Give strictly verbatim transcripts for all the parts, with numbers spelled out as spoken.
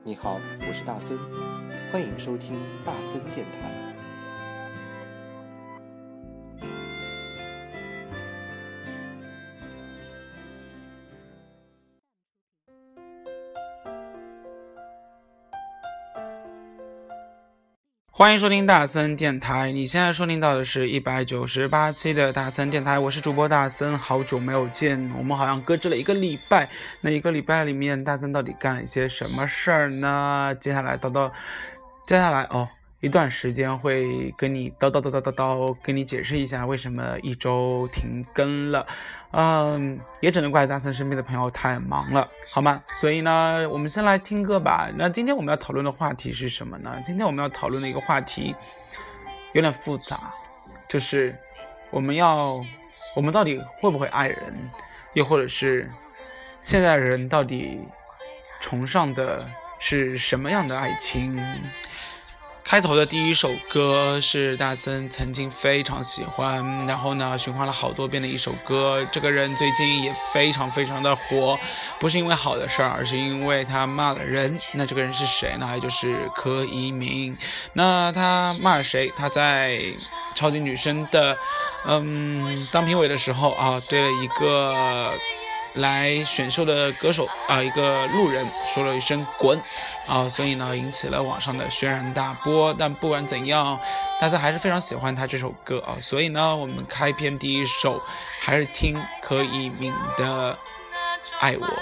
你好，我是大森，欢迎收听大森电台。 欢迎收听大森电台，你现在收听到的是一百九十八期的大森电台，我是主播大森，好久没有见，我们好像搁置了一个礼拜，那一个礼拜里面大森到底干了一些什么事儿呢？接下来叨叨，接下来哦，一段时间会跟你叨叨叨叨叨叨，跟你解释一下为什么一周停更了。嗯，也只能怪大森身边的朋友太忙了，好吗？所以呢，我们先来听歌吧。那今天我们要讨论的话题是什么呢？今天我们要讨论的一个话题有点复杂，就是我们要，我们到底会不会爱人，又或者是现在人到底崇尚的是什么样的爱情？开头的第一首歌是大森曾经非常喜欢，然后呢循环了好多遍的一首歌。这个人最近也非常非常的火，不是因为好的事儿，而是因为他骂了人。那这个人是谁呢？就是柯以敏。那他骂了谁？他在超级女声的嗯当评委的时候啊，对了一个来选秀的歌手啊，一个路人说了一声滚啊，所以呢引起了网上的轩然大波。但不管怎样，大家还是非常喜欢他这首歌啊，所以呢我们开篇第一首还是听柯以敏的爱我。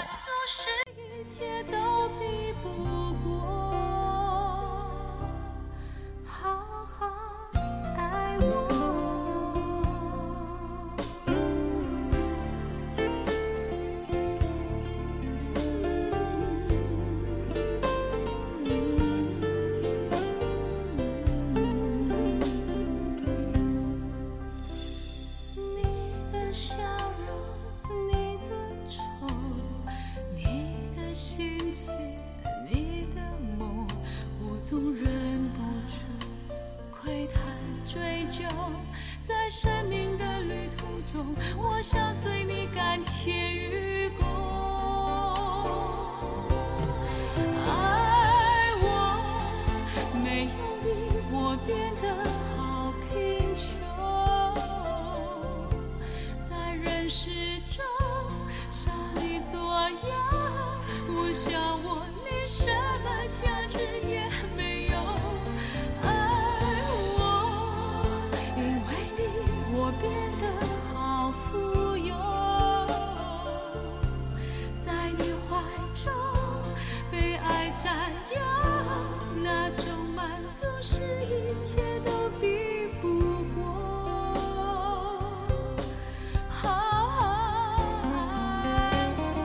我想随你甘甜与共，爱我，没有你我变得好贫穷，在人世中少你左右，我想我连什么价值也没有，爱我，因为你我变得富有，在你怀中被爱占有，那种满足是一切都比不过。好爱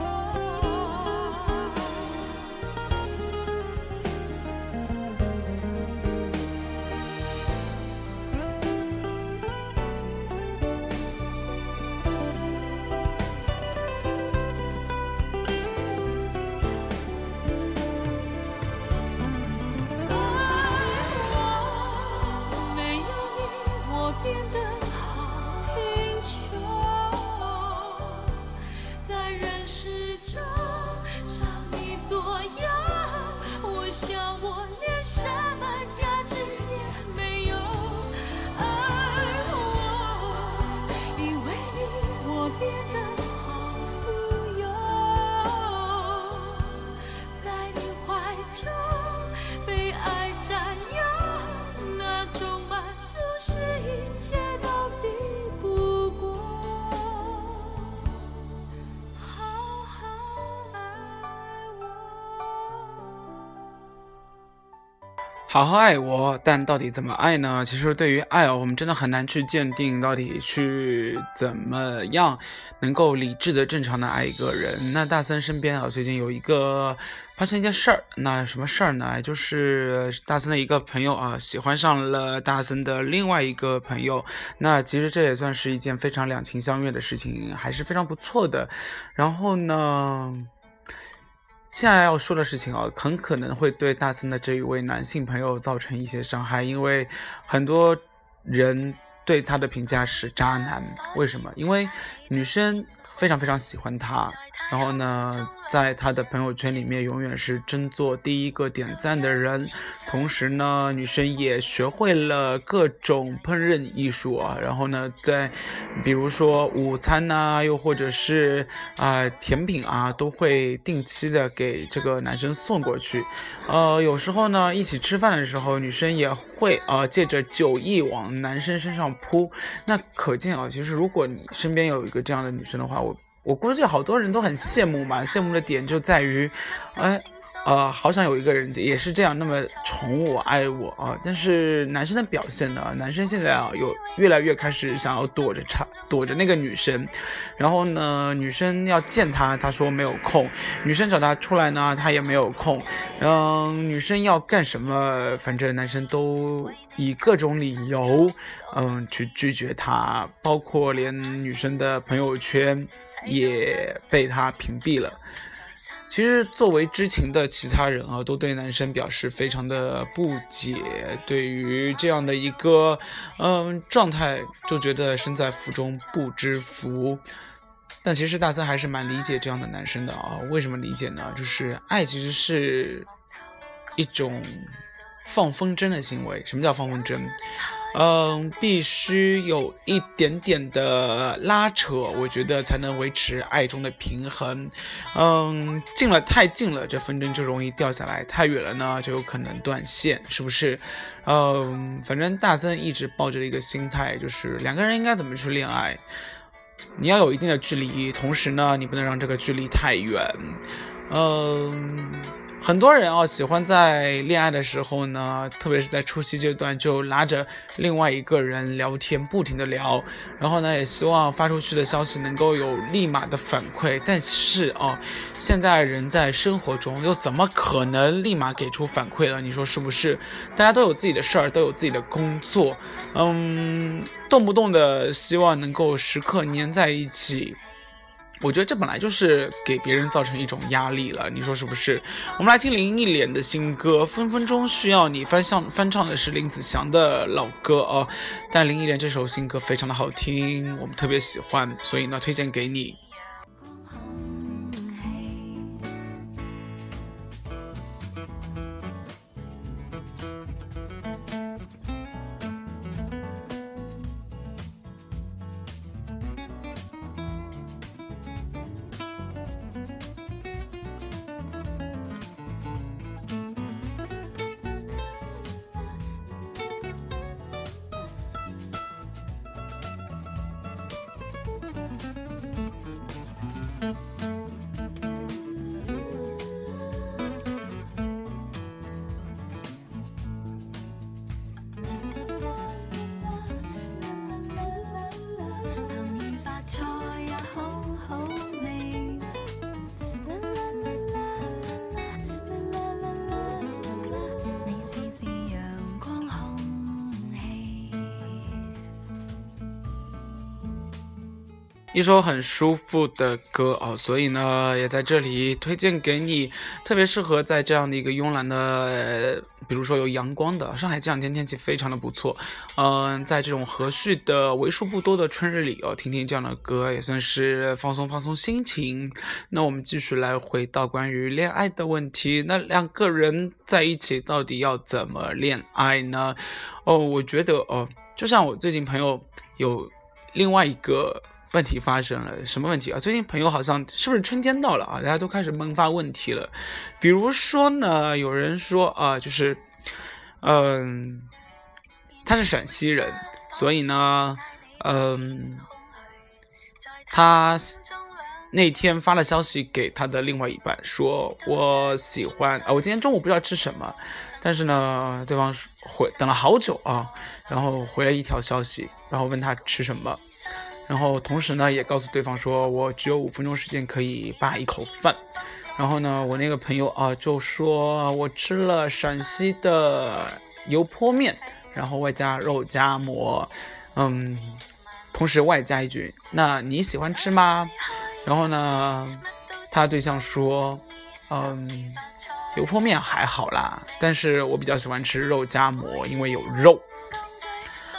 好好爱我，但到底怎么爱呢？其实对于爱哦，我们真的很难去鉴定到底去怎么样能够理智的正常的爱一个人。那大森身边啊，最近有一个发生一件事儿，那什么事儿呢？就是大森的一个朋友啊，喜欢上了大森的另外一个朋友。那其实这也算是一件非常两情相悦的事情，还是非常不错的。然后呢，现在要说的事情啊，很可能会对大森的这一位男性朋友造成一些伤害，因为很多人对他的评价是渣男。为什么？因为女生非常非常喜欢他，然后呢在他的朋友圈里面永远是争做第一个点赞的人，同时呢女生也学会了各种烹饪艺术啊，然后呢在比如说午餐啊又或者是啊、呃、甜品啊都会定期的给这个男生送过去，呃有时候呢一起吃饭的时候女生也会啊、呃、借着酒意往男生身上扑，那可见啊其实如果你身边有一个这样的女生的话，我我估计好多人都很羡慕嘛，羡慕的点就在于哎呃，好想有一个人也是这样那么宠我爱我啊！但是男生的表现呢？男生现在啊有越来越开始想要躲着他，躲着那个女生，然后呢，女生要见他，他说没有空；女生找他出来呢，他也没有空。嗯，女生要干什么，反正男生都以各种理由，嗯，去拒绝他，包括连女生的朋友圈也被他屏蔽了。其实作为知情的其他人啊，都对男生表示非常的不解，对于这样的一个嗯状态就觉得身在福中不知福。但其实大森还是蛮理解这样的男生的啊，为什么理解呢？就是爱其实是一种放风筝的行为。什么叫放风筝？嗯，必须有一点点的拉扯，我觉得才能维持爱中的平衡。嗯，近了太近了，这风筝就容易掉下来；太远了呢，就有可能断线，是不是？嗯，反正大森一直抱着一个心态，就是两个人应该怎么去恋爱，你要有一定的距离，同时呢，你不能让这个距离太远。嗯。很多人啊喜欢在恋爱的时候呢，特别是在初期阶段就拉着另外一个人聊天，不停的聊，然后呢也希望发出去的消息能够有立马的反馈。但是啊，现在人在生活中又怎么可能立马给出反馈了？你说是不是？大家都有自己的事儿，都有自己的工作，嗯，动不动的希望能够时刻黏在一起。我觉得这本来就是给别人造成一种压力了，你说是不是？我们来听林忆莲的新歌《分分钟需要你》，翻唱翻唱的是林子祥的老歌哦，但林忆莲这首新歌非常的好听，我们特别喜欢，所以呢推荐给你。一首很舒服的歌哦，所以呢也在这里推荐给你，特别适合在这样的一个慵懒的、呃、比如说有阳光的上海，这两天天气非常的不错，嗯，在这种和煦的为数不多的春日里哦，听听这样的歌也算是放松放松心情。那我们继续来回到关于恋爱的问题，那两个人在一起到底要怎么恋爱呢？哦，我觉得哦，就像我最近朋友有另外一个问题发生了，什么问题啊？最近朋友好像是不是春天到了啊？大家都开始萌发问题了。比如说呢，有人说啊，就是，嗯，他是陕西人，所以呢，嗯，他那天发了消息给他的另外一半，说我喜欢啊，我今天中午不知道吃什么，但是呢，对方回等了好久啊，然后回了一条消息，然后问他吃什么。然后同时呢也告诉对方说我只有五分钟时间可以扒一口饭，然后呢我那个朋友啊就说我吃了陕西的油泼面，然后外加肉夹馍，嗯，同时外加一句那你喜欢吃吗？然后呢他对象说嗯，油泼面还好啦，但是我比较喜欢吃肉夹馍，因为有肉。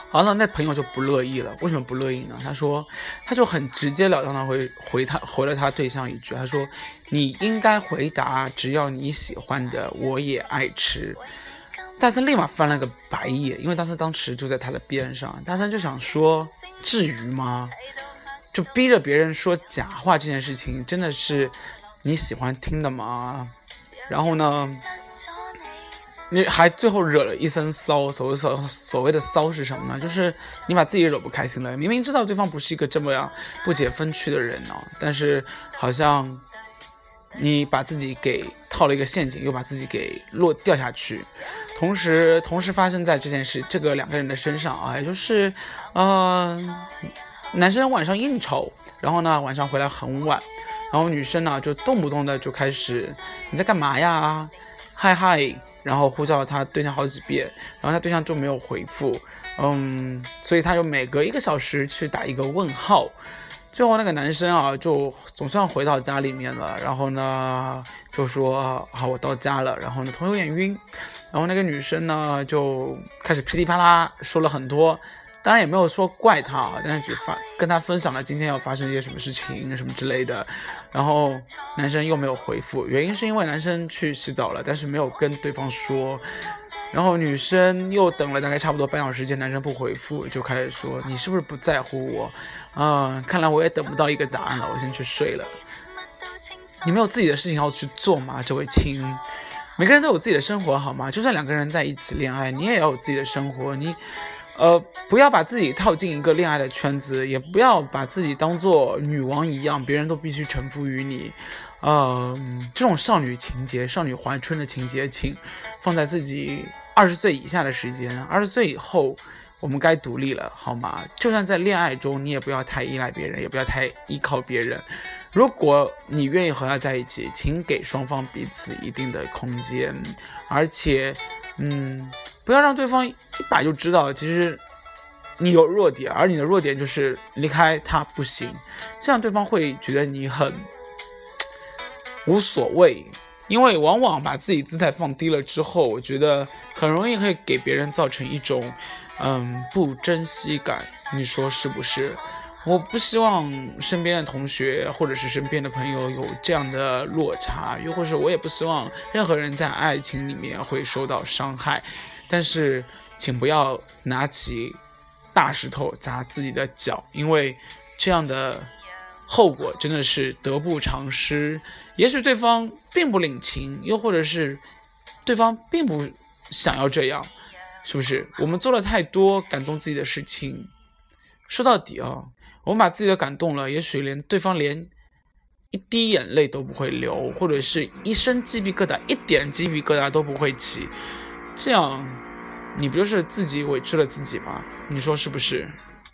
好了，那朋友就不乐意了。为什么不乐意呢？他说，他就很直截了当的回回他回了他对象一句，他说：“你应该回答，只要你喜欢的，我也爱吃。”大森立马翻了个白眼，因为大森当时就在他的边上。大森就想说：“至于吗？就逼着别人说假话这件事情，真的是你喜欢听的吗？”然后呢？你还最后惹了一身骚，所谓所所谓的骚是什么呢？就是你把自己惹不开心了，明明知道对方不是一个这么样不解风趣的人呢、哦，但是好像你把自己给套了一个陷阱，又把自己给落掉下去，同时同时发生在这件事这个两个人的身上啊，也就是嗯、呃，男生晚上应酬，然后呢晚上回来很晚，然后女生呢就动不动的就开始你在干嘛呀，嗨嗨。然后呼叫他对象好几遍，然后他对象就没有回复，嗯，所以他就每隔一个小时去打一个问号。最后那个男生啊，就总算回到家里面了，然后呢就说好我到家了，然后呢头有点晕，然后那个女生呢就开始噼里啪啦说了很多。当然也没有说怪他啊，但是只发跟他分享了今天要发生一些什么事情什么之类的，然后男生又没有回复，原因是因为男生去洗澡了，但是没有跟对方说，然后女生又等了大概差不多半小时间，男生不回复，就开始说你是不是不在乎我？嗯，看来我也等不到一个答案了，我先去睡了。你没有自己的事情要去做吗？这位亲，每个人都有自己的生活好吗？就算两个人在一起恋爱，你也要有自己的生活，你。呃，不要把自己套进一个恋爱的圈子，也不要把自己当做女王一样，别人都必须臣服于你。呃，这种少女情节、少女怀春的情节，请放在自己二十岁以下的时间。二十岁以后，我们该独立了，好吗？就算在恋爱中，你也不要太依赖别人，也不要太依靠别人。如果你愿意和他在一起，请给双方彼此一定的空间，而且。嗯，不要让对方一打就知道，其实你有弱点，而你的弱点就是离开他不行，这样对方会觉得你很无所谓，因为往往把自己姿态放低了之后，我觉得很容易会给别人造成一种嗯不珍惜感，你说是不是？我不希望身边的同学或者是身边的朋友有这样的落差，又或者我也不希望任何人在爱情里面会受到伤害，但是请不要拿起大石头砸自己的脚，因为这样的后果真的是得不偿失。也许对方并不领情，又或者是对方并不想要这样，是不是？我们做了太多感动自己的事情，说到底啊，我们把自己的感动了，也许连对方连一滴眼泪都不会流，或者是一身鸡皮疙瘩，一点鸡皮疙瘩都不会起，这样你不就是自己委屈了自己吗？你说是不是？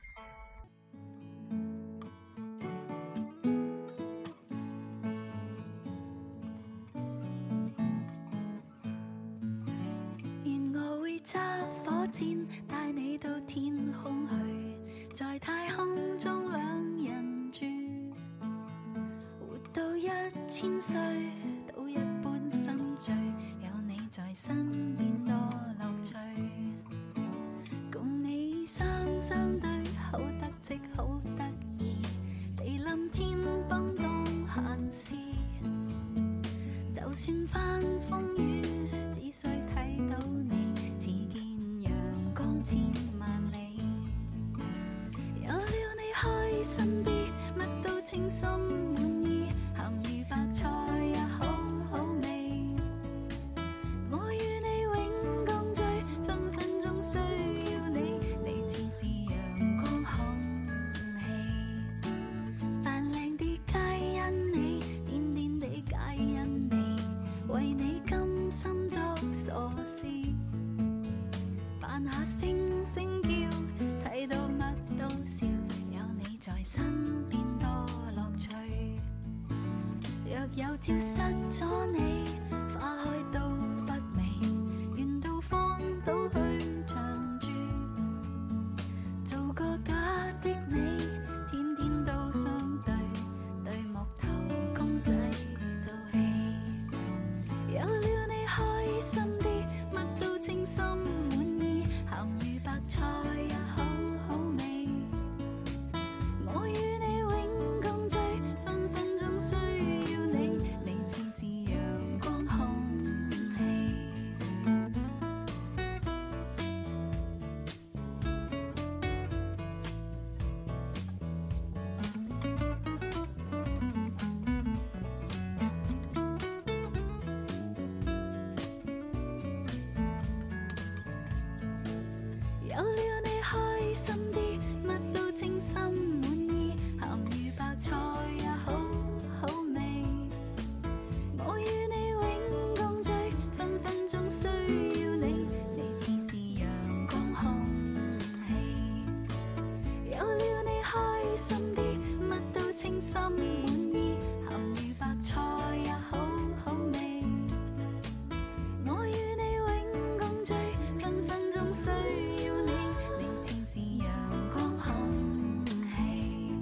願我會揸火箭帶你到天空去，在太空中兩人住，活到一千歲都一般心醉，有你在身邊多樂趣，共你雙雙對好得戚好得意，地冧天崩當閒事，就算翻風雨只需睇到你，只見陽光千萬里，有了你開心啲，乜都稱心滿意，鹹魚白菜也好好味，我與你永共聚，分分鐘需要你，你似是陽光空氣，扮靚啲皆因你，癲癲地皆因你，為你甘心作傻事，扮下星星叫，睇到乜都笑，有你在身邊多樂趣，若有朝失咗你，花開都不美，願到荒島去長住，做個假的你，天天都相對，對木頭公仔做戲，有了你開心啲，乜都稱心滿意，鹹魚白菜也好有了你開心啲，乜都稱心滿意，鹹魚白菜也好好味。我與你永共聚，分分鐘需要你，你似是陽光空氣。有了你開心啲，乜都稱心滿意，鹹魚白菜也好好味。我與你永共聚，分分鐘需要你，你似是陽光空氣。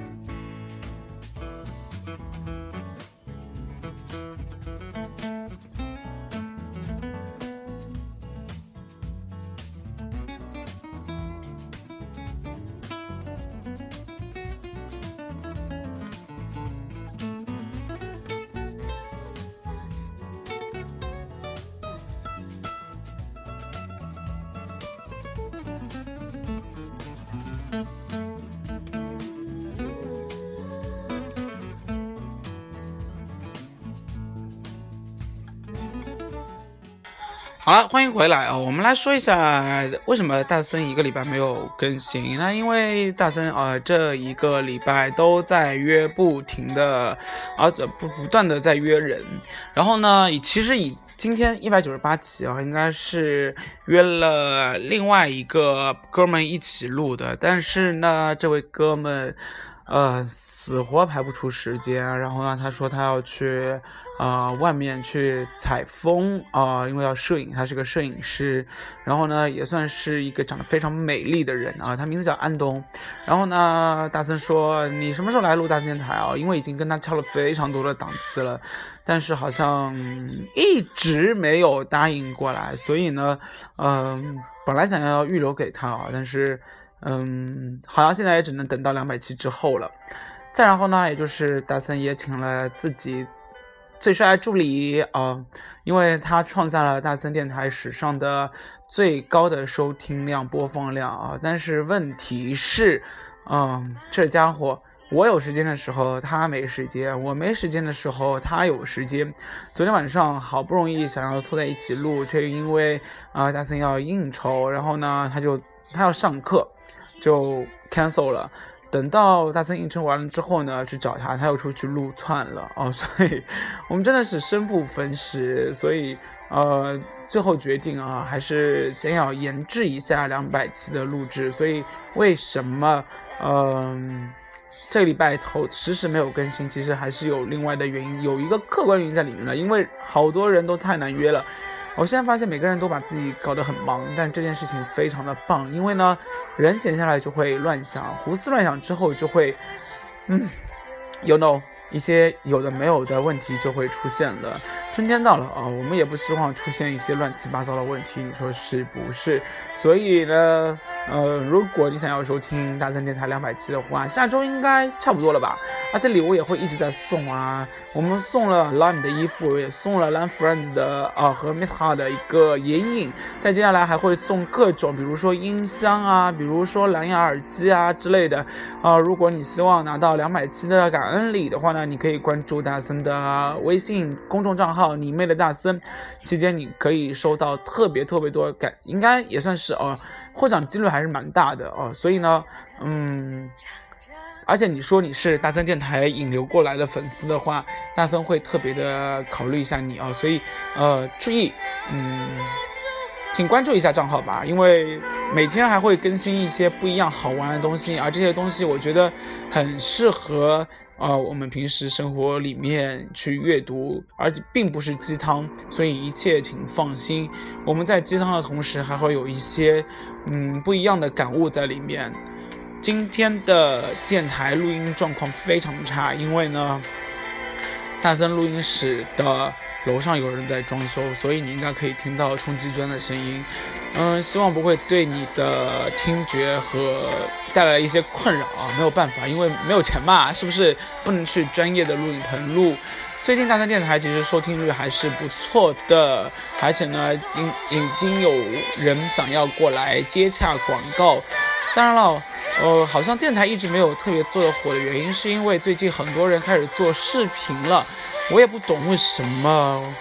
好了，欢迎回来啊、哦！我们来说一下为什么大森一个礼拜没有更新。那因为大森啊、呃、这一个礼拜都在约，不停的啊不不断的在约人。然后呢，以其实以今天一百九十八期啊，应该是约了另外一个哥们一起录的，但是呢，这位哥们呃死活排不出时间。然后呢，他说他要去呃外面去采风啊、呃，因为要摄影，他是个摄影师。然后呢，也算是一个长得非常美丽的人啊，他名字叫安东。然后呢，大森说你什么时候来录大森电台啊？因为已经跟他敲了非常多的档期了，但是好像一直没有答应过来。所以呢，嗯、呃，本来想要预留给他啊，但是嗯，好像现在也只能等到两百期之后了。再然后呢，也就是大森也请了自己最帅的助理啊、呃，因为他创下了大森电台史上的最高的收听量、播放量啊。但是问题是，嗯，这家伙我有时间的时候他没时间，我没时间的时候他有时间。昨天晚上好不容易想要凑在一起录，却因为啊、呃、大森要应酬，然后呢他就他要上课，就 cancel 了。等到大森应酬完了之后呢，去找他，他又出去撸串了哦，所以我们真的是生不逢时，所以呃，最后决定啊，还是先要研制一下两百期的录制。所以为什么嗯、呃、这个礼拜头迟迟没有更新，其实还是有另外的原因，有一个客观原因在里面了，因为好多人都太难约了。我现在发现每个人都把自己搞得很忙，但这件事情非常的棒，因为呢，人闲下来就会乱想，胡思乱想之后就会，嗯 ，you know， 一些有的没有的问题就会出现了。春天到了啊，我们也不希望出现一些乱七八糟的问题，你说是不是？所以呢，呃，如果你想要收听大森电台两百期的话，下周应该差不多了吧？而且礼物也会一直在送啊。我们送了 Lime 的衣服，也送了 Lime Friends 的啊、呃、和 Miss Ha 的一个眼影，再接下来还会送各种，比如说音箱啊，比如说蓝牙耳机啊之类的啊、呃。如果你希望拿到两百期的感恩礼的话呢，你可以关注大森的微信公众账号你妹的大森，期间你可以收到特别特别多感，应该也算是哦。呃获奖几率还是蛮大的哦，所以呢，嗯，而且你说你是大森电台引流过来的粉丝的话，大森会特别的考虑一下你啊、哦，所以呃，注意，嗯，请关注一下账号吧，因为每天还会更新一些不一样好玩的东西，而这些东西我觉得很适合呃我们平时生活里面去阅读，而且并不是鸡汤，所以一切请放心。我们在鸡汤的同时，还会有一些嗯不一样的感悟在里面。今天的电台录音状况非常差，因为呢，大森录音室的楼上有人在装修，所以你应该可以听到冲击砖的声音。嗯，希望不会对你的听觉和带来一些困扰啊，没有办法，因为没有钱嘛，是不是不能去专业的录影棚录？最近大森电台其实收听率还是不错的，而且呢，已经已经有人想要过来接洽广告。当然了，呃，好像电台一直没有特别做的火的原因，是因为最近很多人开始做视频了，我也不懂为什么。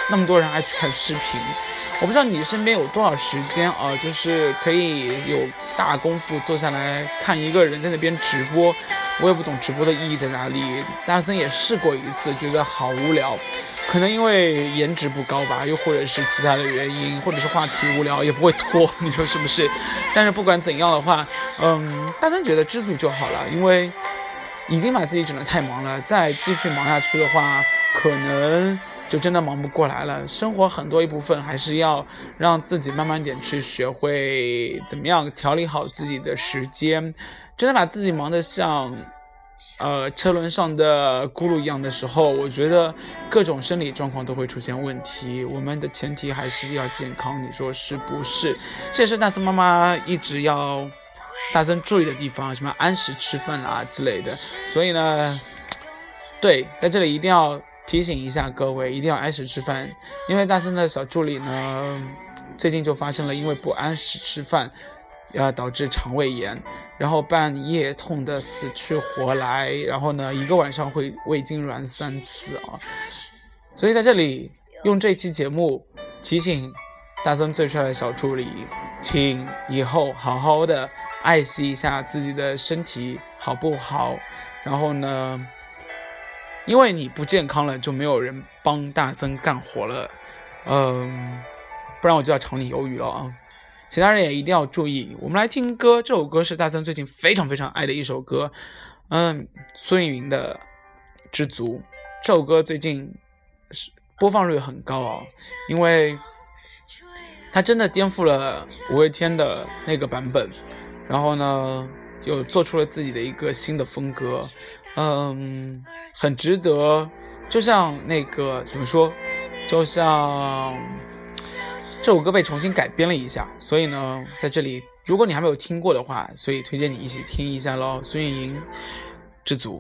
那么多人爱去看视频。我不知道你身边有多少时间啊，就是可以有大功夫坐下来看一个人在那边直播。我也不懂直播的意义在哪里，大森也试过一次，觉得好无聊，可能因为颜值不高吧，又或者是其他的原因，或者是话题无聊，也不会拖，你说是不是？但是不管怎样的话，嗯，大森觉得知足就好了，因为已经把自己整得太忙了，再继续忙下去的话，可能就真的忙不过来了。生活很多一部分还是要让自己慢慢点去学会怎么样调理好自己的时间。真的把自己忙得像呃车轮上的轱辘一样的时候，我觉得各种生理状况都会出现问题。我们的前提还是要健康，你说是不是？这也是大森妈妈一直要大森注意的地方，什么按时吃饭啊之类的。所以呢，对，在这里一定要提醒一下各位，一定要按时吃饭，因为大森的小助理呢，最近就发生了因为不按时吃饭呃，导致肠胃炎，然后半夜痛得死去活来，然后呢一个晚上会胃痉挛三次啊。所以在这里用这期节目提醒大森最帅的小助理，请以后好好的爱惜一下自己的身体好不好？然后呢，因为你不健康了，就没有人帮大森干活了，嗯，不然我就要炒你鱿鱼了啊。其他人也一定要注意。我们来听歌，这首歌是大森最近非常非常爱的一首歌，嗯，孙艺云的《知足》。这首歌最近播放率很高啊，因为它真的颠覆了五月天的那个版本，然后呢，又做出了自己的一个新的风格，嗯，很值得。就像那个怎么说，就像这首歌被重新改编了一下，所以呢，在这里，如果你还没有听过的话，所以推荐你一起听一下咯。孙艺云《知足》。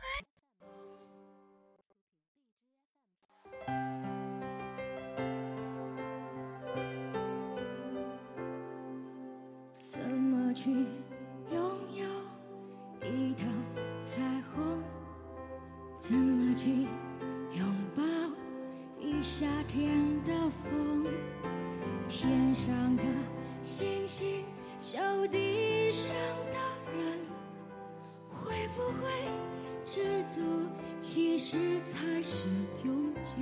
怎么去拥有一道彩虹？怎么去拥抱一夏天的风？天上的星星，小地上的人，会不会知足其实才是永久？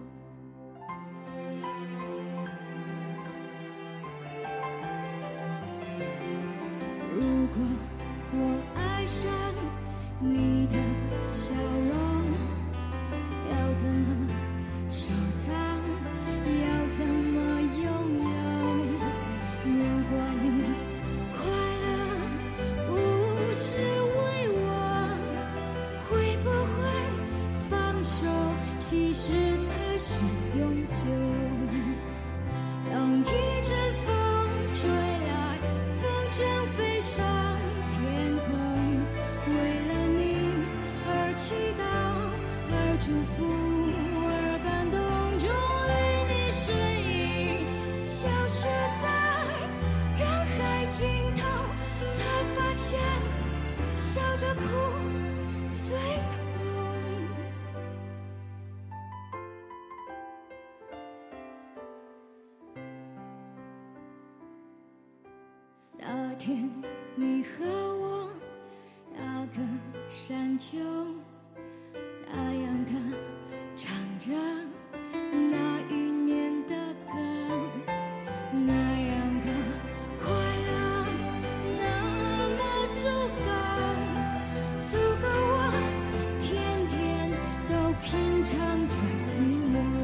如果我爱上你的笑容，要怎么收藏？要怎么拥有？如果你快乐不是为我，会不会放手其实才是永久？当一阵风吹来，风筝飞上天空，为了你而祈祷，而祝福，而感动，终于你身影消失在人海尽头，才发现笑着哭最痛。那天你和我那个山丘，那样的唱着那一年的歌，那样的快乐，那么足够，足够我天天都品尝着寂寞。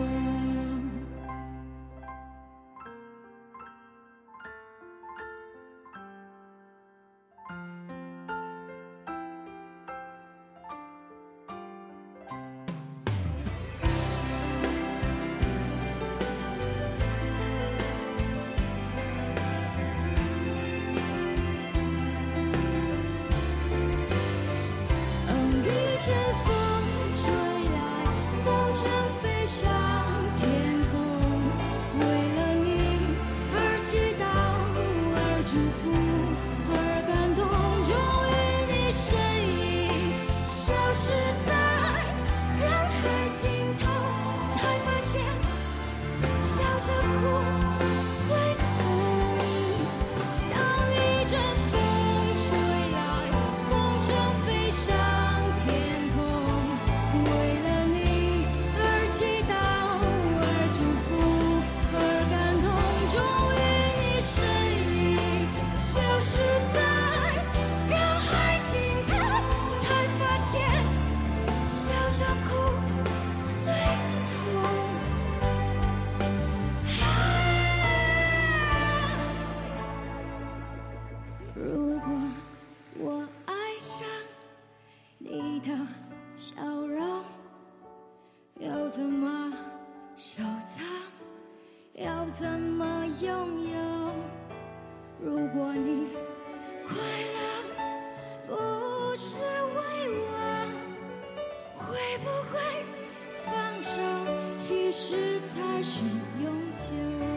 如果我爱上你的笑容，要怎么收藏？要怎么拥有？如果你快乐不是为我，会不会放手？其实才是永久。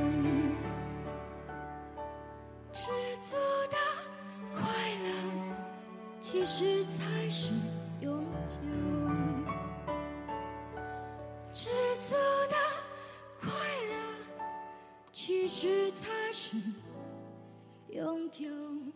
知足的快乐，其实才是永久。知足的快乐，其实才是永久。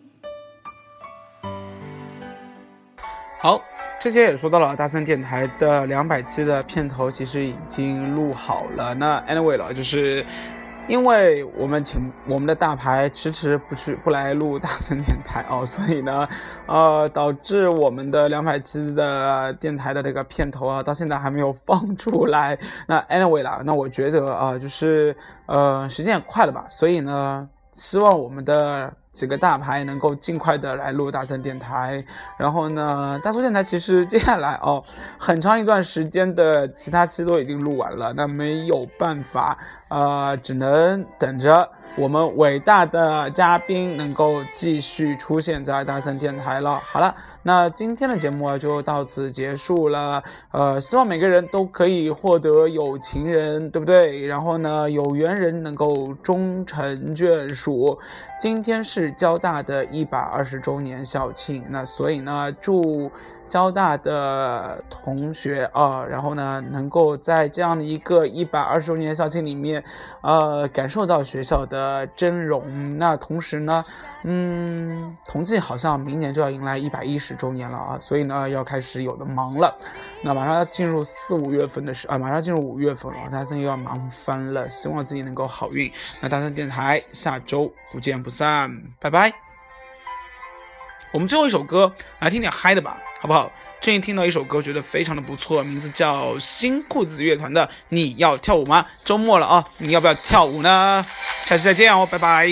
好，这些也说到了大森电台的两百期的片头，其实已经录好了。那 anyway 了，就是因为我们请我们的大牌迟迟不去不来录大森电台哦，所以呢，呃，导致我们的两百期的电台的这个片头啊，到现在还没有放出来。那 anyway 啦，那我觉得啊、呃，就是呃，时间也快了吧，所以呢，希望我们的几个大牌能够尽快的来录大森电台。然后呢，大森电台其实接下来哦，很长一段时间的其他期都已经录完了，那没有办法，呃，只能等着我们伟大的嘉宾能够继续出现在大森电台了。好了，那今天的节目就到此结束了。呃，希望每个人都可以获得有情人，对不对？然后呢，有缘人能够终成眷属。今天是交大的一百二十周年校庆，那所以呢，祝交大的同学啊，然后呢，能够在这样的一个一百二十周年校庆里面，呃，感受到学校的峥嵘。那同时呢，嗯，同济好像明年就要迎来一百一十周年了啊，所以呢，要开始有的忙了。那马上要进入四五月份的时啊，马上进入五月份了，大森又要忙翻了，希望自己能够好运。那大森电台下周不见不散，拜拜。我们最后一首歌来听点嗨的吧，好不好？最近听到一首歌觉得非常的不错，名字叫新裤子乐团的《你要跳舞吗》。周末了啊，你要不要跳舞呢？下期再见哦，拜拜。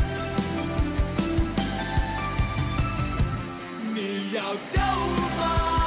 跳舞吗？